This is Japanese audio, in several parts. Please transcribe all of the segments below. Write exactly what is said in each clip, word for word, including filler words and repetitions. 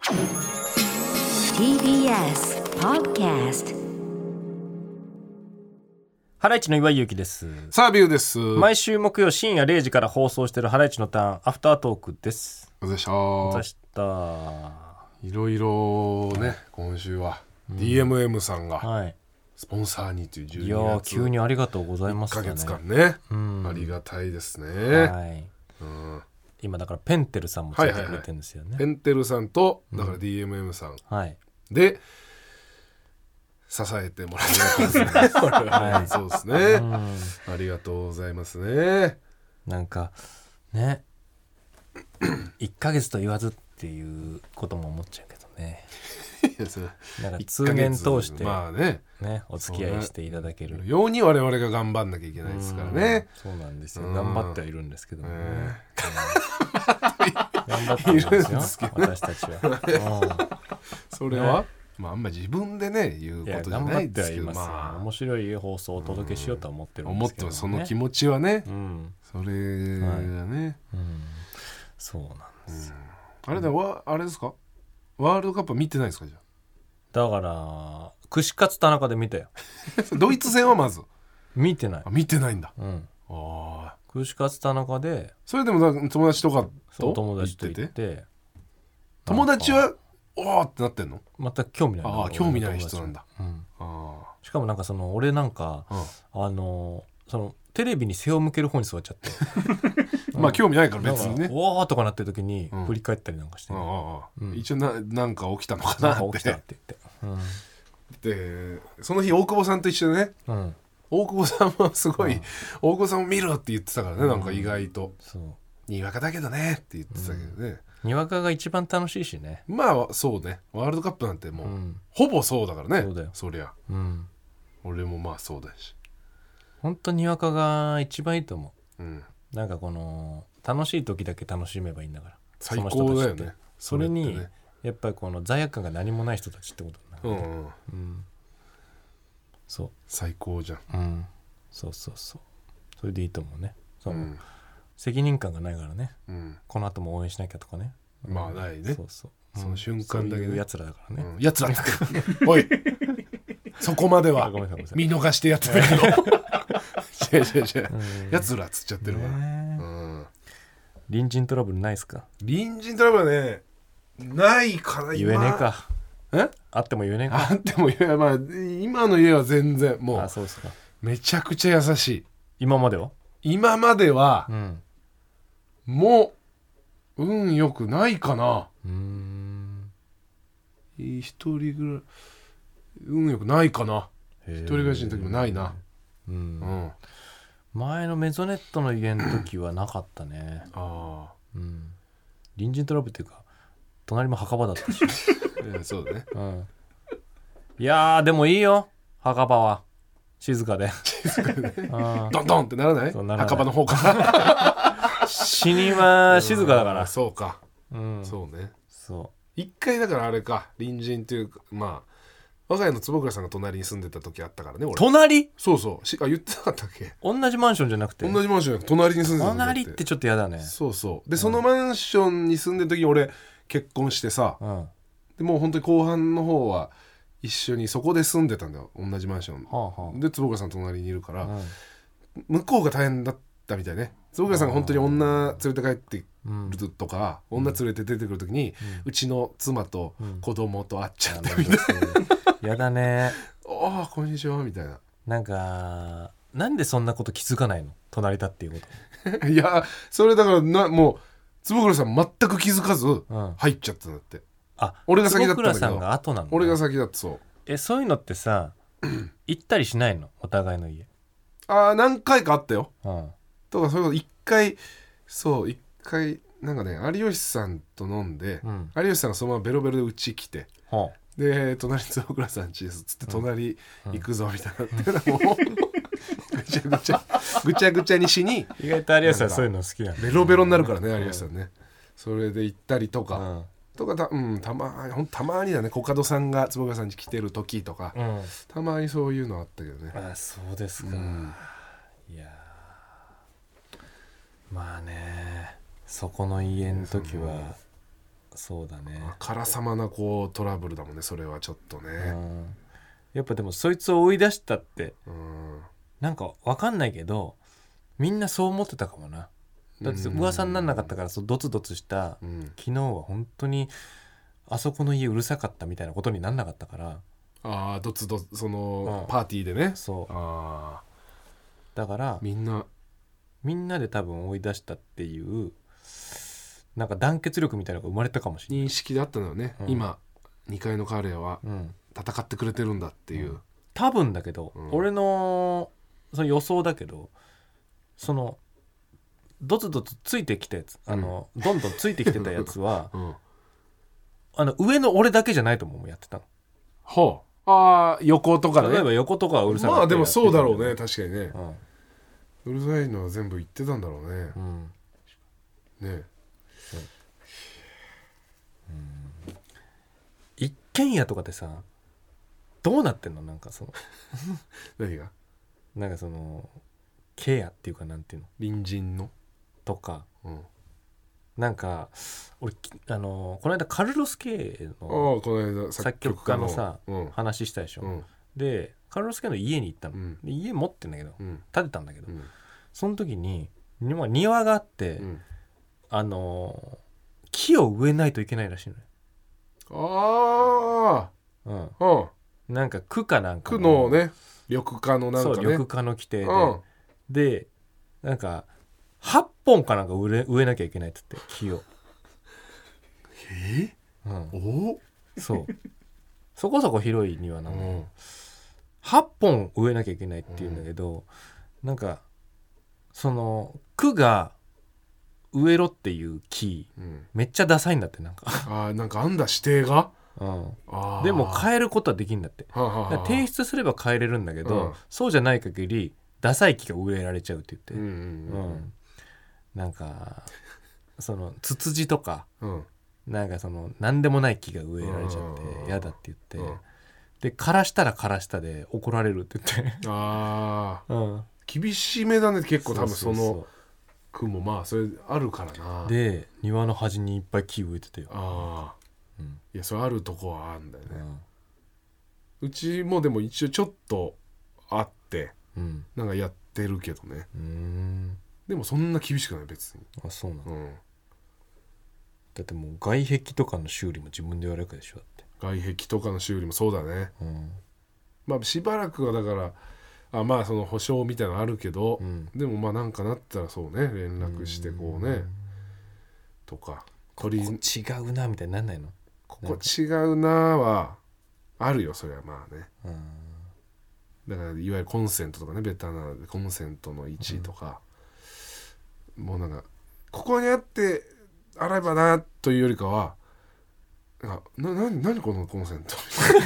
ティービーエス Podcast。 ハライチの岩井ゆきです。 サービューです。 毎週木曜深夜れいじから放送しているハライチのターンアフタートークです。 お疲れ様でした。 お疲れ様でした。 いろいろね、今週は ディーエムエム さんがはいスポンサーにというじゅうにいやがつ急にありがとうございますいっかね。 げつかんね、 うん、 ありがたいですね、 はい、 うん、 今だからペンテルさんもついてくれてるんですよね、 はいはいはい、ペンテルさんとだから ディーエムエム さんはいで支えてもらってますねはい、そうですね、うん、ありがとうございますね。 なんかねいっかげつと言わずっていうことも思っちゃうけどねなんか通年通して、 まあねね、お付き合いしていただけるように我々が頑張んなきゃいけないですからね。 そうなんですよ、頑張ってはいるんですけどもね、 えー、頑張っているんですよ私たちはそれは、 ね、 まああんまり自分でね言うことじゃないですけど、 まあ面白い放送をお届けしようとは思ってるんですけど、ね、 思ってその気持ちはね、うん、それがね、 はいうん、そうなんですよ、 うん、あれだわあれですかワールドカップ見てないですかじゃあ。 だから串カツ田中で見たよドイツ戦はまず見てない。 あ見てないんだ、うん、 あ串カツ田中でそれでも友達とかと友達と行って友達はおーってなってんの。 全く興味ない。 ああ興味ない人なんだ、うん、 あしかもなんかその俺なんか、うん、あのそのテレビに背を向ける方に座っちゃってまあ興味ないから別にねおーとかなってる時に振り返ったりなんかして、ねうんうん、一応 な, なんか起きたのかなってなんか起きたって言って、 うん、でその日大久保さんと一緒でね、うん、大久保さんはすごい、うん、大久保さんを見るって言ってたからね、うん、なんか意外と、そうにわかだけどねって言ってたけどね、 うん、にわかが一番楽しいしね。 まあそうねワールドカップなんてもう、うん、ほぼそうだからね。そうだよそりゃ、うん、俺もまあそうだし本当にわかが一番いいと思う、うん、なんかこの楽しい時だけ楽しめばいいんだから最高だよね。 それにそれ、ね、やっぱりこの罪悪感が何もない人たちってことなんだ、ね、うんうん、そう最高じゃん、 うん、そうそうそうそれでいいと思うね。その、うん、責任感がないからね、うん、この後も応援しなきゃとかね、 うん、まあないね。 そうそう、 その瞬間だけ、ね、 そういうやつらだからね、 うん、やつらっておいそこまでは見逃してやってたけど違う違う違う、うん、やつらっつっちゃってるから、ねうん、 隣人トラブルないっすか。 隣人トラブルはねないかな。 言えねえか。えあっても言えねえか。 あっても言えない、まあ、今の家は全然もう、 あそうですか。めちゃくちゃ優しい。今までは今までは、うん、もう運よくないかな。うーん一人ぐらい運よくないかな。一人暮らしの時もないな。うん、うん、 前のメゾネットの家の時はなかったねあ、うん、隣人トラブルっていうか隣も墓場だったしそうだね、うん、 いやでもいいよ墓場は静かで静かで、ね、ドンドンってならない？ならない墓場の方から死には静かだから、 うん、そうか、うん、そうねそう一回だからあれか隣人っていうかまあ我が家の坪倉さんが隣に住んでた時あったからね俺。 隣？ そうそうしあ言ってなかったっけ。 同じマンションじゃなくて同じマンションじゃなくて隣に住んでた時隣ってちょっとやだね。 そうそうで、うん、そのマンションに住んでる時に俺結婚してさ、うん、でもう本当に後半の方は一緒にそこで住んでたんだよ同じマンション、はあはあ、で坪倉さん隣にいるから、うん、向こうが大変だったみたいね。坪倉さんが本当に女連れて帰ってるとか、うん、女連れて出てくる時に、うん、うちの妻と子供と会っちゃってみたいな、 うん、やだねああこんにちはみたいな。 なんかなんでそんなこと気づかないの隣だっていうこといやそれだからなもう坪倉さん全く気づかず入っちゃったんだって、うん、あ俺が先だったんだけど坪倉さんが後なの。 俺が先だって。そうえそういうのってさ行ったりしないのお互いの家。 あ何回かあったよ、うん、とかそういうこと一回そう一回なんかね有吉さんと飲んで、うん、有吉さんがそのままベロベロでうち来て、はあで隣に坪倉さんちですっつって隣行くぞみたいなって、うん、もうぐちゃぐちゃぐちゃぐちゃにしに意外と有吉さんそういうの好きなの。 ベロベロになるからね有吉さんね、うん、それで行ったりとか、うん、とかた、うん、たまにほんたまにだねコカドさんが坪倉さんに来てる時とか、うん、たまにそういうのあったけどね。 あそうですか、うん、いやまあねそこの家の時はそうだね。 あからさまなこうトラブルだもんねそれはちょっとね。 うんやっぱでもそいつを追い出したってうんなんか分かんないけどみんなそう思ってたかもな。だって噂にならなかったからそうドツドツした、 うん、 昨日は本当にあそこの家うるさかったみたいなことになんなかったから。 ああドツドツその、 うん、 パーティーでね。 そうあだからみんなみんなで多分追い出したっていうなんか団結力みたいなのが生まれたかもしれない。 認識であったのよね、うん、今にかいの彼は戦ってくれてるんだっていう、うん、 多分だけど、うん、俺のその予想だけどそのドツドツついてきたやつ、うん、あのどんどんついてきてたやつは、うん、あの上の俺だけじゃないと思うやってたの。 ほうああ横とかね。 例えば横とかはうるさかった。 まあでもそうだろうね確かにね、うん、うるさいのは全部言ってたんだろうね、うん、ねえ、 うん、一軒家とかでさどうなってんのなんかその何がなんかそのケアっていうかなんていうの隣人のとか、 うん、 なんか俺あのこの間カルロス・ケイのこの間作曲家のさ、 うん、 話したでしょ、 うん、 でカルロス・ケイの家に行ったの、うん、で家持ってんだけど、うん、建てたんだけど、うん、その時に庭があって、うん、あの木を植えないといけないらしいのよ。 ああ、 うんうん、なんか区かなんか区のね緑化のなんかねそう緑化の規定で、うん、でなんかはっぽんかなんか植え、植えなきゃいけないって言って木をえーうん、おそうそこそこ広い庭なの、うん、はっぽん植えなきゃいけないって言うんだけど、うん、なんかその区が植えろっていう木、うん、めっちゃダサいんだってなんかあなんかあんだ指定が、 うん、あでも変えることはできるんだって。はあはあ、提出すれば変えれるんだけど、うん、そうじゃない限りダサい木が植えられちゃうって言って、うんうんうんうん、なんかそのツツジとか、うん、なんかその何でもない木が植えられちゃって嫌だって言って、うん、で枯らしたら枯らしたで怒られるって言ってああ、うん、厳しめだね結構多分その区もまあそれあるからな。 で庭の端にいっぱい木植えてたよ。 ああ、うん、いやそれあるとこはあるんだよね、うん、うちもでも一応ちょっとあって、うん、なんかやってるけどね。うーんでもそんな厳しくない別に。 あそうなんだ、うん、だってもう外壁とかの修理も自分でやるわけでしょ。だって外壁とかの修理もそうだね、うん、まあしばらくはだからあまあその保証みたいなのあるけど、うん、でもまあなんかなったらそうね連絡してこうねとかこれ違うなみたいになんないの。 ここ違うなはあるよそれはまあね、うん、だからいわゆるコンセントとかねベタなコンセントの位置とか、うん、もうなんかここにあって洗えばなというよりかはなな何このコンセント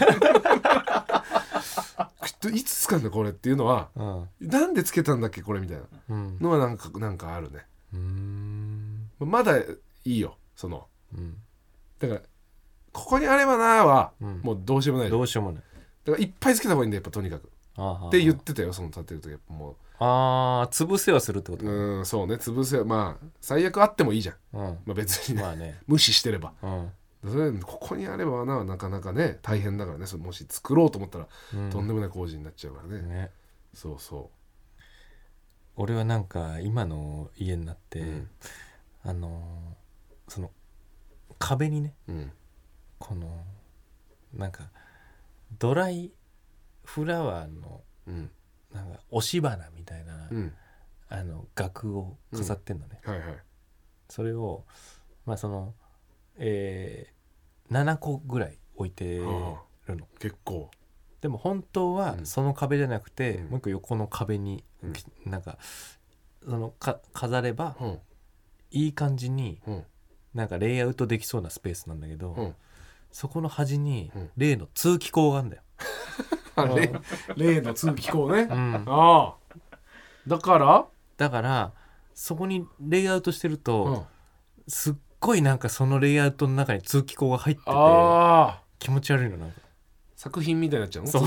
いつ使うんだこれっていうのは、うん、なんでつけたんだっけこれみたいなのはなんか、うん、なんかあるね。うーんまだいいよその、うん、だからここにあればなは、うん、もうどうしようもない。 どうしようもない。 だからいっぱいつけた方がいいんだよやっぱとにかくって言ってたよその立てるときやっぱもうあー潰せはするってこと。 うんそうね潰せはまあ最悪あってもいいじゃん、うんまあ、別に ね,、まあ、ね無視してれば、うんそれここにあればなはなかなかね大変だからね。それもし作ろうと思ったら、うん、とんでもない工事になっちゃうから ね, ねそうそう俺はなんか今の家になって、うん、あのその壁にね、うん、このなんかドライフラワーの、うん、なんか押し花みたいな、うん、あの額を飾ってんのね、うんはいはい、それをまあそのえー、ななこぐらい置いてるの。 結構でも本当はその壁じゃなくて、うん、もう一個横の壁に、うん、なんかそのか飾れば、うん、いい感じに、うん、なんかレイアウトできそうなスペースなんだけど、うん、そこの端に例の通気口があるんだよ、 うん、例の通気口ね、うん、あだからだからそこにレイアウトしてると、うん、すっごいなんかそのレイアウトの中に通気口が入ってて気持ち悪いのなんか作品みたいになっちゃうの。そう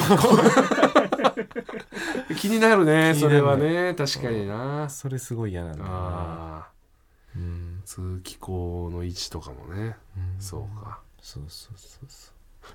気になるねそれはね確かにな、 うん、それすごい嫌なんだよな。あ、うん、 通気口の位置とかもね、うん、そうかそうそうそうそう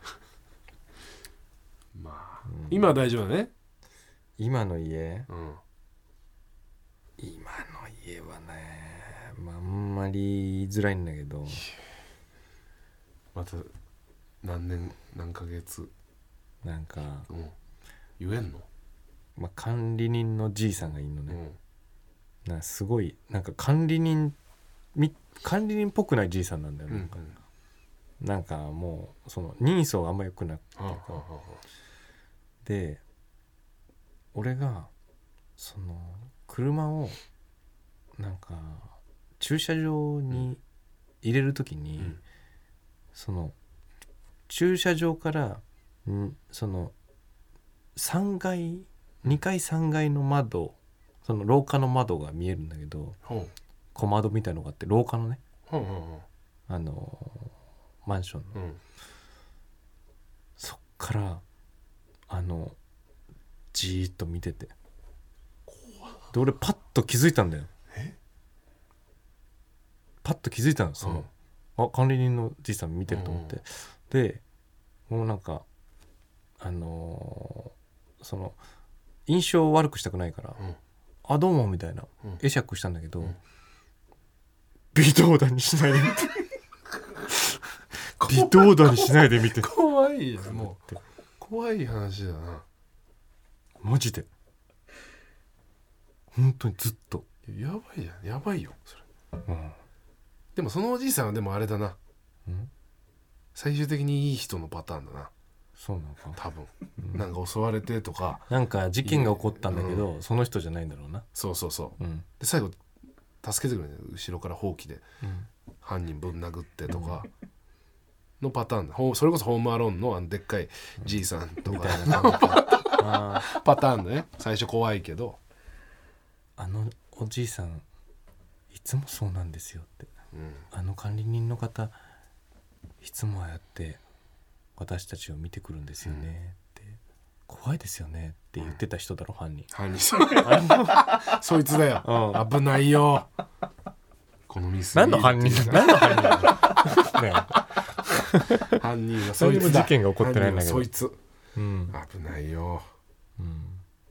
まあ、うん、今は大丈夫だね今の家、 うん、 今の家はね、まあ、あんまり言いづらいんだけどまた何年何ヶ月なんか、 うん、言えんの、 まあ、管理人のじいさんがいるのね、うん、なんかすごいなんか管理人管理人っぽくないじいさんなんだよね、うんうん、なんかもうその人相があんま良くなくて、はあはあはあ、で俺がその車をなんか駐車場に入れるときに、うん、その駐車場からんそのさんがいにかいさんがいの窓その廊下の窓が見えるんだけど、うん、小窓みたいのがあって廊下のね、うんうんうん、あのマンションの、うん、そっからあのじーっと見ててで俺パッと気づいたんだよ。えパッと気づいたのその、うん、あ管理人のじいさん見てると思って、うんうん、でもうなんかあのー、その印象を悪くしたくないから、うん、あどうもみたいな、うん、会釈したんだけど、うん、微動だにしないで見て微動だにしないで見て怖いやもう怖い話だなマジで本当にずっとやばいやんやばいよそれ、うん、でもそのおじいさんはでもあれだな、ん最終的にいい人のパターンだな。 そうなのか多分、うん、なんか襲われてとかなんか事件が起こったんだけど、うん、その人じゃないんだろうな。 そうそうそう、うん、で最後助けてくれる、ね、後ろからほうきで、うん、犯人ぶん殴ってとかのパターンだ。それこそホームアローンのあのでっかいじいさんとか、うん、みたいなパターンだね。最初怖いけどあのおじいさんいつもそうなんですよって、うん、あの管理人の方いつもああやって私たちを見てくるんですよねって、うん、怖いですよねって言ってた人だろ、うん、犯人犯人そいつだよ、うん、危ないよこのミス何の犯人何の犯人ね犯人はそいつだ。事件が起こってないんだけどそいつ、うん、危ないよ、うん、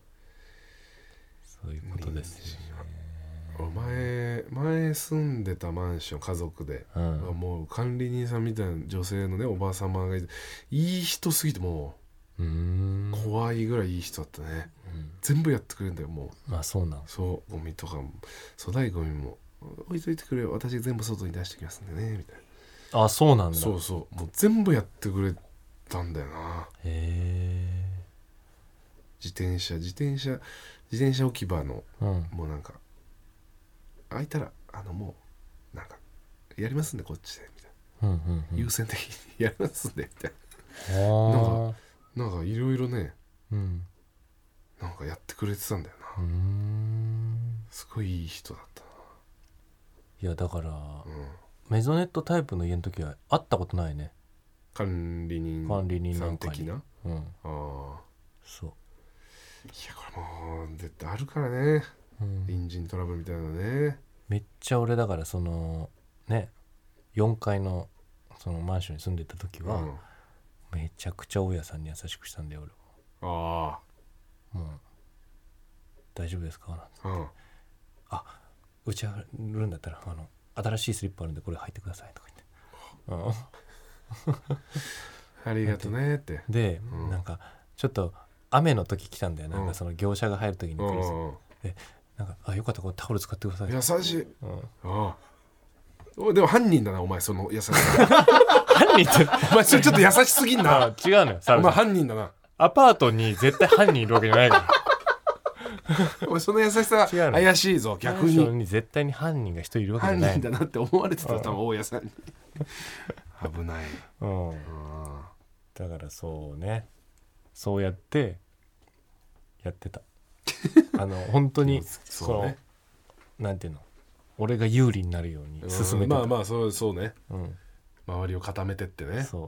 そういうことですね。 前前住んでたマンション家族で、うん、もう管理人さんみたいな女性のねおばあ様がいていい人すぎてもう、うーん怖いぐらいいい人だったね、うん、全部やってくれるんだよもう。 まあそうなんそうゴミとかも粗大ゴミも置いといてくれよ私全部外に出してきますんでねみたいな。あそうなんだ。 そうそうもう全部やってくれたんだよな。へえ。自転車自転車自転車置き場の、うん、もうなんか開いたらあのもうなんかやりますんでこっちでみたいな、うんうんうん、優先的にやりますんでみたいななんかなんかいろいろね、うん、なんかやってくれてたんだよな。うーんすごいいい人だったな。 いやだから、うん、メゾネットタイプの家の時は会ったことないね。 管理人さん的な、うん、ああそういやこれもう絶対あるからね、うん、エンジントラブルみたいなね。 めっちゃ俺だからそのねよんかいのそのマンションに住んでた時は、うん、めちゃくちゃ大家さんに優しくしたんだよ俺は。ああもう大丈夫ですかなんて、うん、あうち上がるんだったらあの新しいスリッパあるんでこれ履いてくださいとか言って、 うん、ありがとねってで、うん、なんかちょっと雨の時来たんだよ。なんかその業者が入る時に来る、うん、でなんかあよかったこれタオル使ってください。 優しい、うん、ああでも犯人だなお前その優しさ犯人ってお前それちょっと優しすぎんな。 違うのよお前犯人だな。 アパートに絶対犯人いるわけじゃないからお前その優しさ怪しいぞ逆に。 マンションに絶対に犯人が一人いるわけじゃない。 犯人だなって思われてた多分大家さんに危ない、うん、 だからそうねそうやってやってたあの本当にそうねなんていうの俺が有利になるように進めてた、 うん、まあまあそうそうね、うん、周りを固めてってね。そう、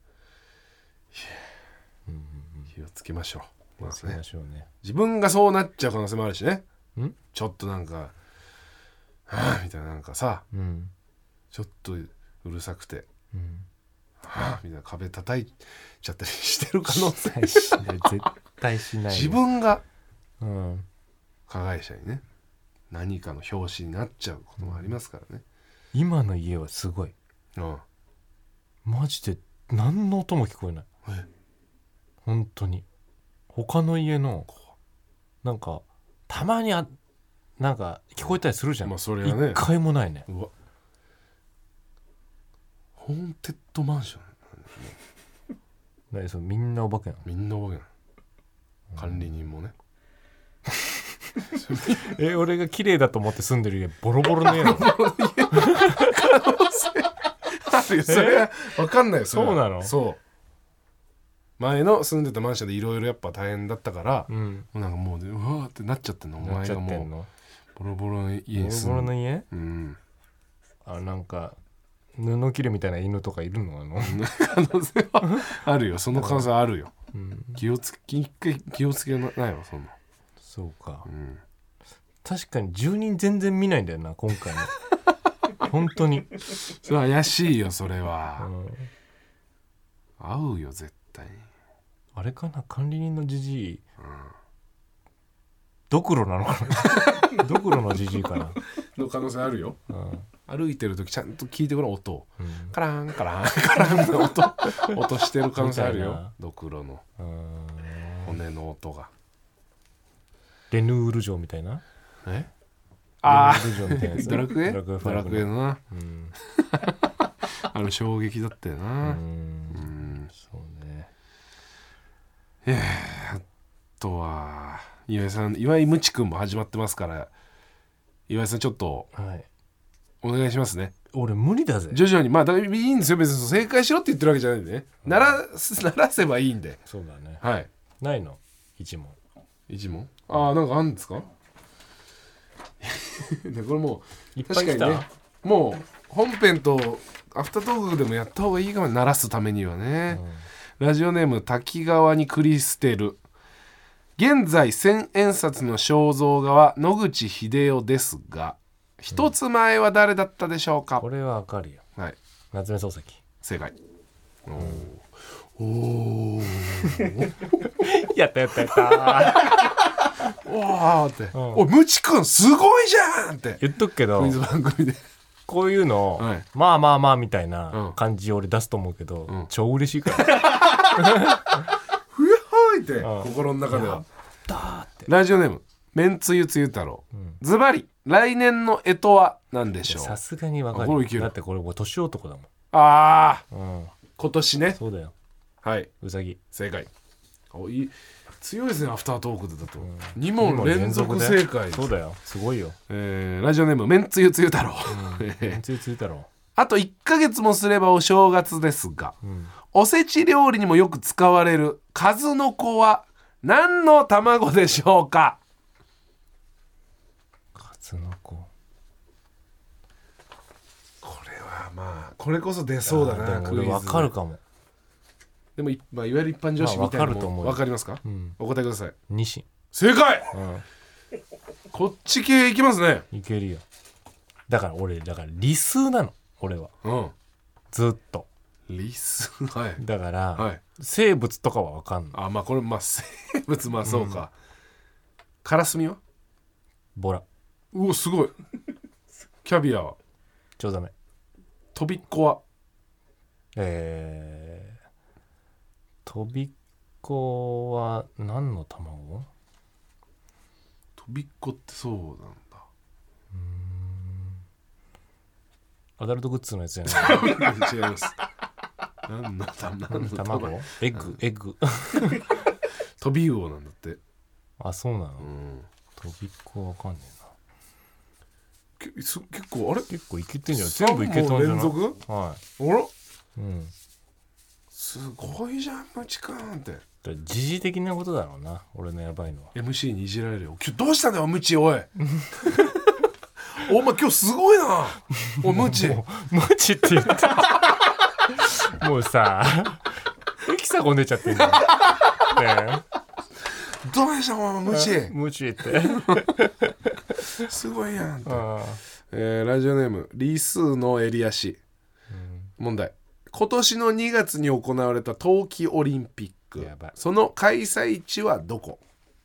うんうん、気をつけましょう。 気をつけましょうね。 自分がそうなっちゃう可能性もあるしね。んちょっとなんかはぁみたいななんかさ、うん、 ちょっとうるさくて、 うん、 はあみたいな壁叩いちゃったりしてる可能性絶対しない自分がうん加害者にね何かの表紙になっちゃうこともありますからね、 うん、今の家はすごい、 うん、 マジで何の音も聞こえない。 え本当に他の家のなんかたまにあなんか聞こえたりするじゃん、 まあそれはね一回もないね。 うわホーンテッドマンション何それみんなお化けなの？ みんなお化けなの管理人もねえ俺が綺麗だと思って住んでる家ボロボロの家なの？ 可能性あるよそれは分かんないよそれは。 そうなの？ そう前の住んでたマンションでいろいろやっぱ大変だったから、うん、なんかもううわーってなっちゃってんのお前がもうボロボロの家に住んでボロボロの家、 うん、あなんか布切れみたいな犬とかいるの？あの可能性はあるよその可能性あるよ、うん、気をつけ一回気をつけないわそんな。 そうか、 うん、 確かに住人全然見ないんだよな今回の本当にそれ怪しいよそれは、うん、合うよ絶対に。 あれかな管理人のじじい、うん、ドクロなのかなドクロのじじいかなの可能性あるよ、うん、歩いてる時ちゃんと聞いてごらん音、うん、カランカランカランの音音してる可能性あるよドクロの骨の音が。 レヌール城みたいなえああドラクエドラクエドラクエのな、うん、あの衝撃だったよな。うんうんそうね。 いやあとは岩井さん岩井むちくんも始まってますから岩井さんちょっとお願いしますね、はい、 俺無理だぜ徐々にまあいいんですよ別に正解しろって言ってるわけじゃないんでね、うん、ならならせばいいんで。 そうだね。 はいないの一問一問ああなんかあるんですかこれもう確かにねもう本編とアフタートークでもやった方がいいかも鳴らすためにはね、うん、ラジオネーム滝川にクリステル。現在千円札の肖像画は野口英世ですが一、うん、つ前は誰だったでしょうか。 これはわかるよ、はい、夏目漱石。 正解。おおやったやったやったわーって、うん、おいムチくんすごいじゃんって言っとくけどクイズ番組でこういうの、はい、まあまあまあみたいな感じ俺出すと思うけど、うん、超嬉しいからふやーいって、うん、心の中ではだって。 ラジオネームめんつゆつゆ太郎。ズバリ来年の干支は何でしょう。 さすがに分かる。だってこれもう年男だもん。 ああ、うん、今年ね。 そうだよ。 はい、 うさぎ。 正解。おいい強いですねアフタートークでだと、うん、に問連続正解。 そうだよすごいよ、 えー、ラジオネームめんつゆつゆ太郎、 うん、めんつゆつゆ太郎あといっかげつもすればお正月ですが、うん、おせち料理にもよく使われる数の子は何の卵でしょうか。 数の子これはまあこれこそ出そうだな。 でも俺分かるかも。 でも、まあ、いわゆる一般女子みたいなのも分かりますか、うん、お答えください。 ニシン。 正解、うん、こっち系いきますね。 いけるよ。だから俺だから理数なの俺は、うん、ずっと理数、はい、 だから、はい、生物とかは分かんない。 あまあこれまあ生物まあそうか、うん、カラスミはボラ。 うおすごいキャビアはちょうダメ。 とびっこはえーとびっこは何の卵？ とびっこってそうなんだ。 うーんアダルトグッズのやつじゃない違います。何の卵？エッグエッグトビウオなんだって。 あそうなの、うん、とびっこわかんねえな。け結構あれ結構いけてんじゃん。全部いけたんじゃない。 連続？ はい。 あらうんすごいじゃんムチくんって。 時事的なことだろうな俺のやばいのは。 エムシー にいじられるよ。今日どうしたんだよムチおいお前今日すごいなおムチムチって言ってもうさエキサゴン出ちゃってんじゃん、ね、 どうでしたお前ムチムチってすごいやんって。 えー、ラジオネーム理数の襟足、うん、問題。今年のにがつに行われた冬季オリンピック、その開催地はどこ？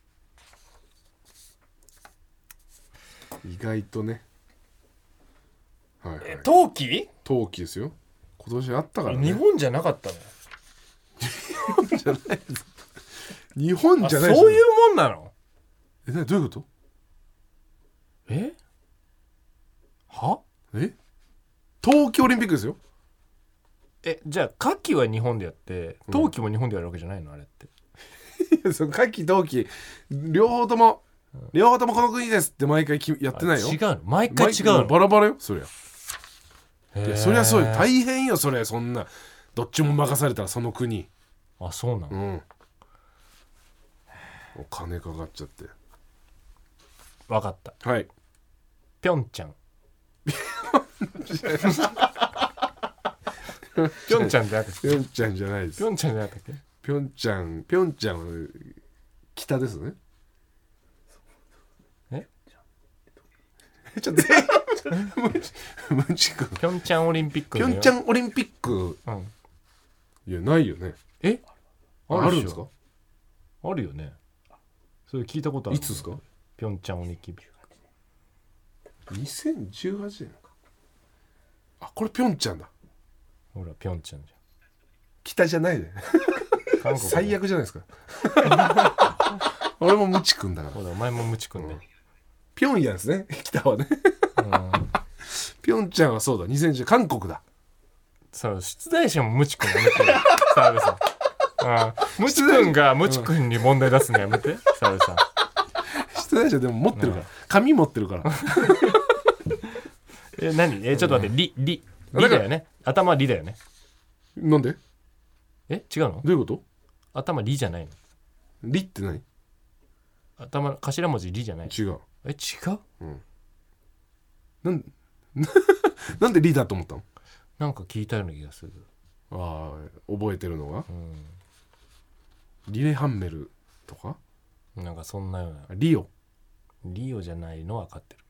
意外とね、はいはい、 冬季？ 冬季ですよ。今年あったからね。 日本じゃなかったの？ 日本じゃないです。日本じゃないです。 そういうもんなの？ え、な、どういうこと？ え？は？ え？冬季オリンピックですよ。 え、じゃあ夏季は日本でやって冬季も日本でやるわけじゃないの、あれって。 いや、その夏季冬季両方とも、うん、両方ともこの国ですって毎回やってないよ。 違うの？毎回違うの？ バラバラよそりゃ。いや、そりゃそうよ。大変よそれ。そんなどっちも任されたらその国。 あ、そうなの？うん。 お金かかっちゃって。 分かった。 はい。 ピョンチャン。ピョンチャンじゃなかったっけ？ ピョンチャンじゃないです。 ピョンチャンじゃなかったっけ？ ピョンチャン、ピョンチャン北ですね。 え？ ちょっと全員ムチ君。 ピョンチャンオリンピック。 ピョンチャンオリンピック。うん。いや、ないよね。 え？ あるんですか？ あるよね。それ聞いたことある。 いつですか？ ピョンチャンオリンピック。 にせんじゅうはちねんか。あ、これピョンチャンだ。 ほら、ピョンチャンじゃん。 北じゃないで。最悪じゃないですか。俺もムチ君だから。 ほら、お前もムチ君ね、うん。 ピョンヤンですね。北はね。ピョンチャンはそうだ。にせんじゅう韓国だ。 そう、出題者もムチ君やめて。澤部さん。ああ、ムチ君がムチ君に問題出すのやめて。澤部さん。 出題者でも持ってるから。紙持ってるから。 え、何？え、ちょっと待って。リ、リ、リだよね。頭リだよね。 なんで？ え、違うの？ どういうこと？ 頭リじゃないの？ リって何？ 頭頭文字リじゃない？ 違う。 え、違う？うん。 なんなんでリだと思ったの？ なんか聞いたような気がする。 ああ、覚えてるのが、うん、リレハンメルとかなんかそんなような。 リオリオじゃないの分かってる。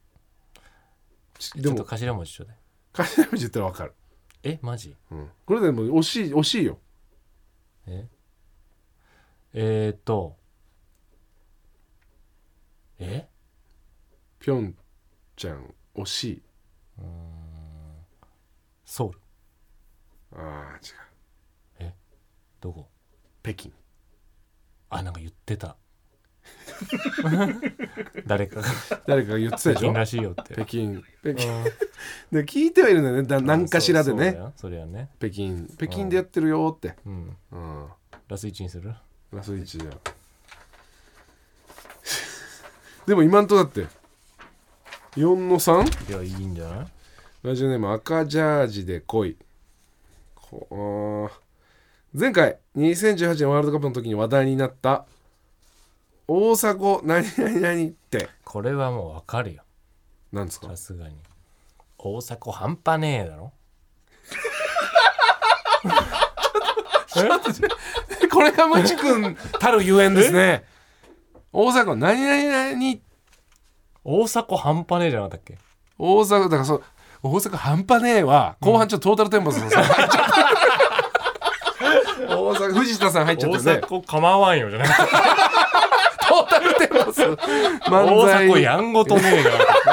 ちょっと頭文字ちょうだい。 頭文字言ったら分かる。 え、マジ？ うん、これでも惜しい惜しいよ。 ええー、っとえピョンチャン惜しい。 うーん、ソウル。 ああ、違う。 え、どこ？ 北京。 あ、なんか言ってた。誰かが誰かが言ってたでしょ。 北京らしいよって。 北京北京、うん、で聞いてはいるんだよね。だ何かしらでね。 そうそうそれはね。 北京北京でやってるよって。 うんうん、ラスいちにする？ ラスいちじゃでも今んとだってよんのさん？いや、いいんじゃない？ ラジオネーム赤ジャージで恋。こ前回にせんじゅうはちねんワールドカップの時に話題になった大迫何々何って、 これはもうわかるよ。 なんですか？ さすがに大迫半端ねえだろ。 これがムチ君たるゆえんですね。大迫何々何、 大迫半端ねえじゃなかったっけ？ 大迫だからそう、大迫半端ねえは後半ちょっとトータルテンボスのさ、うん、大迫藤田さん入っちゃってね。 大迫構わんよじゃない。 トータルテンボス漫才大迫やんごとねえ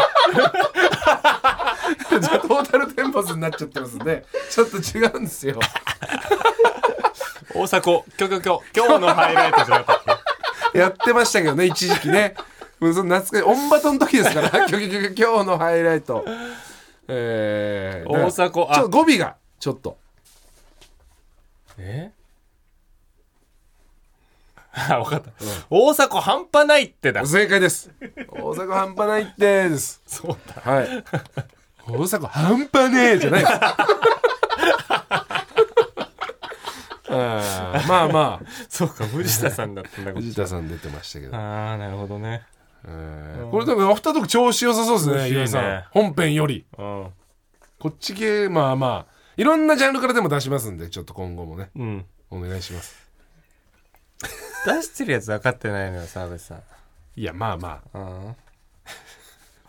な。じゃあトータルテンボスになっちゃってますね。ちょっと違うんですよ。 大迫きょきょきょ今日のハイライトじゃなかったっけ？やってましたけどね、一時期ね。その懐かしいオンバトの時ですから。きょきょきょ今日のハイライト。えー、 大迫あちょっと語尾がちょっとえあ、分かった、うん、大迫半端ないってだ。 正解です。大迫半端ないってです。 そうだ、 はい。大迫半端ねえじゃないです。あまあまあそうか、藤田さんだったんだ。 藤田さん出てましたけど。 ああ、なるほどね。 えー、これ多分アフタートーク調子良さそうですね、岩井さん。本編より、うん、こっち系まあまあいろんなジャンルからでも出しますんで、ちょっと今後もね、うん、お願いします。 出してるやつ分かってないのよ、澤部さん。 いやまあまあ、うん、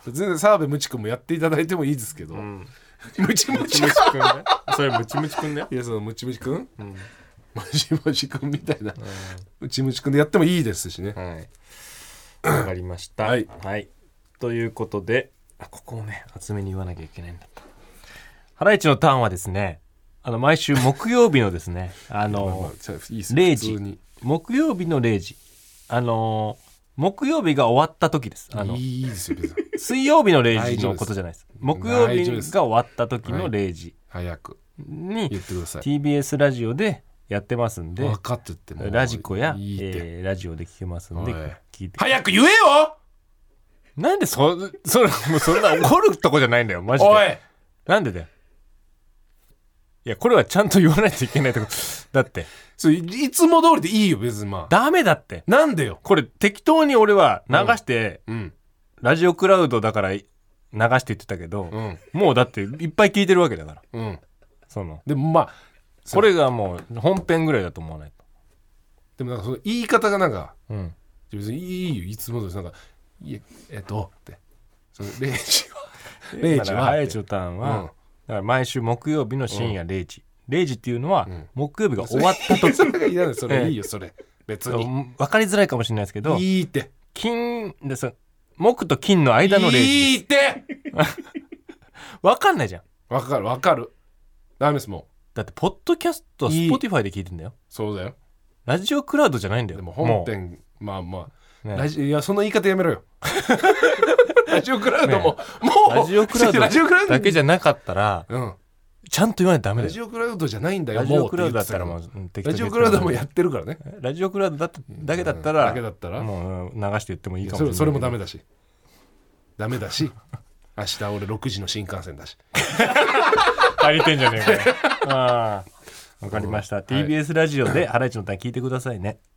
全然澤部ムチ君もやっていただいてもいいですけど、うん、ムチムチ君ねそれムチムチ君ねいやそのムチムチ君、うん、ムチムチ君みたいな、うん、ムチムチ君でやってもいいですしね。 はいわかりましたはい、はい、ということであここをね厚めに言わなきゃいけないんだった。ハライチのターンはですねあの毎週木曜日のですねあのれいじ木曜日のれいじあの木曜日が終わった時です。あのいいですよ水曜日のれいじのことじゃないです。木曜日が終わった時のれいじ早くに言ってください。 ティービーエス ラジオでやってますんで分かってってもラジコやいい、えー、ラジオで聞けますんで聞いて早く言えよ。 なんで そ, そ, もうそんな怒るとこじゃないんだよマジで。 おいなんでだよ。いやこれはちゃんと言わないといけないとこだってそれいつも通りでいいよ別に。まあダメだって。 なんでよこれ適当に俺は流して、 うんうん、ラジオクラウドだから流して言ってたけど、うん、もうだっていっぱい聞いてるわけだから、うん、そのでもまあこれがもう本編ぐらいだと思わないと。 でもなんかその言い方がなんか、うん、別にいいよいつも通りなんかいええっとってそのれいじはれいじはハライチのターンは、うん、だから毎週木曜日の深夜れいじ、うん、れいじっていうのは、うん、木曜日が終わった時それがいらないそれいいよそれ別に分かりづらいかもしれないですけどいいって金でそ木と金の間のれいじいいって分かんないじゃん。 分かる分かるダメですもう。 だってポッドキャスト Spotify で聞いてんだよ。 そうだよラジオクラウドじゃないんだよ。 でも本編まあまあ、ね、ラジいやその言い方やめろよラジオクラウドも、ね、もうラジオクラウドだけじゃなかったら、うん、ちゃんと言わないとダメだよ。 ラジオクラウドじゃないんだよ。 ラジオクラウドだったらもう適当ラジオクラウドもやってるからね。 ラジオクラウドだだけだったら、うん、 だけだったらもう流して言ってもいいかもしれない。 それ、それもダメだしダメだし明日俺ろくじの新幹線だし足りてんじゃねえかよああわかりました、うん、ティービーエス ラジオでハライチのターン聞いてくださいね。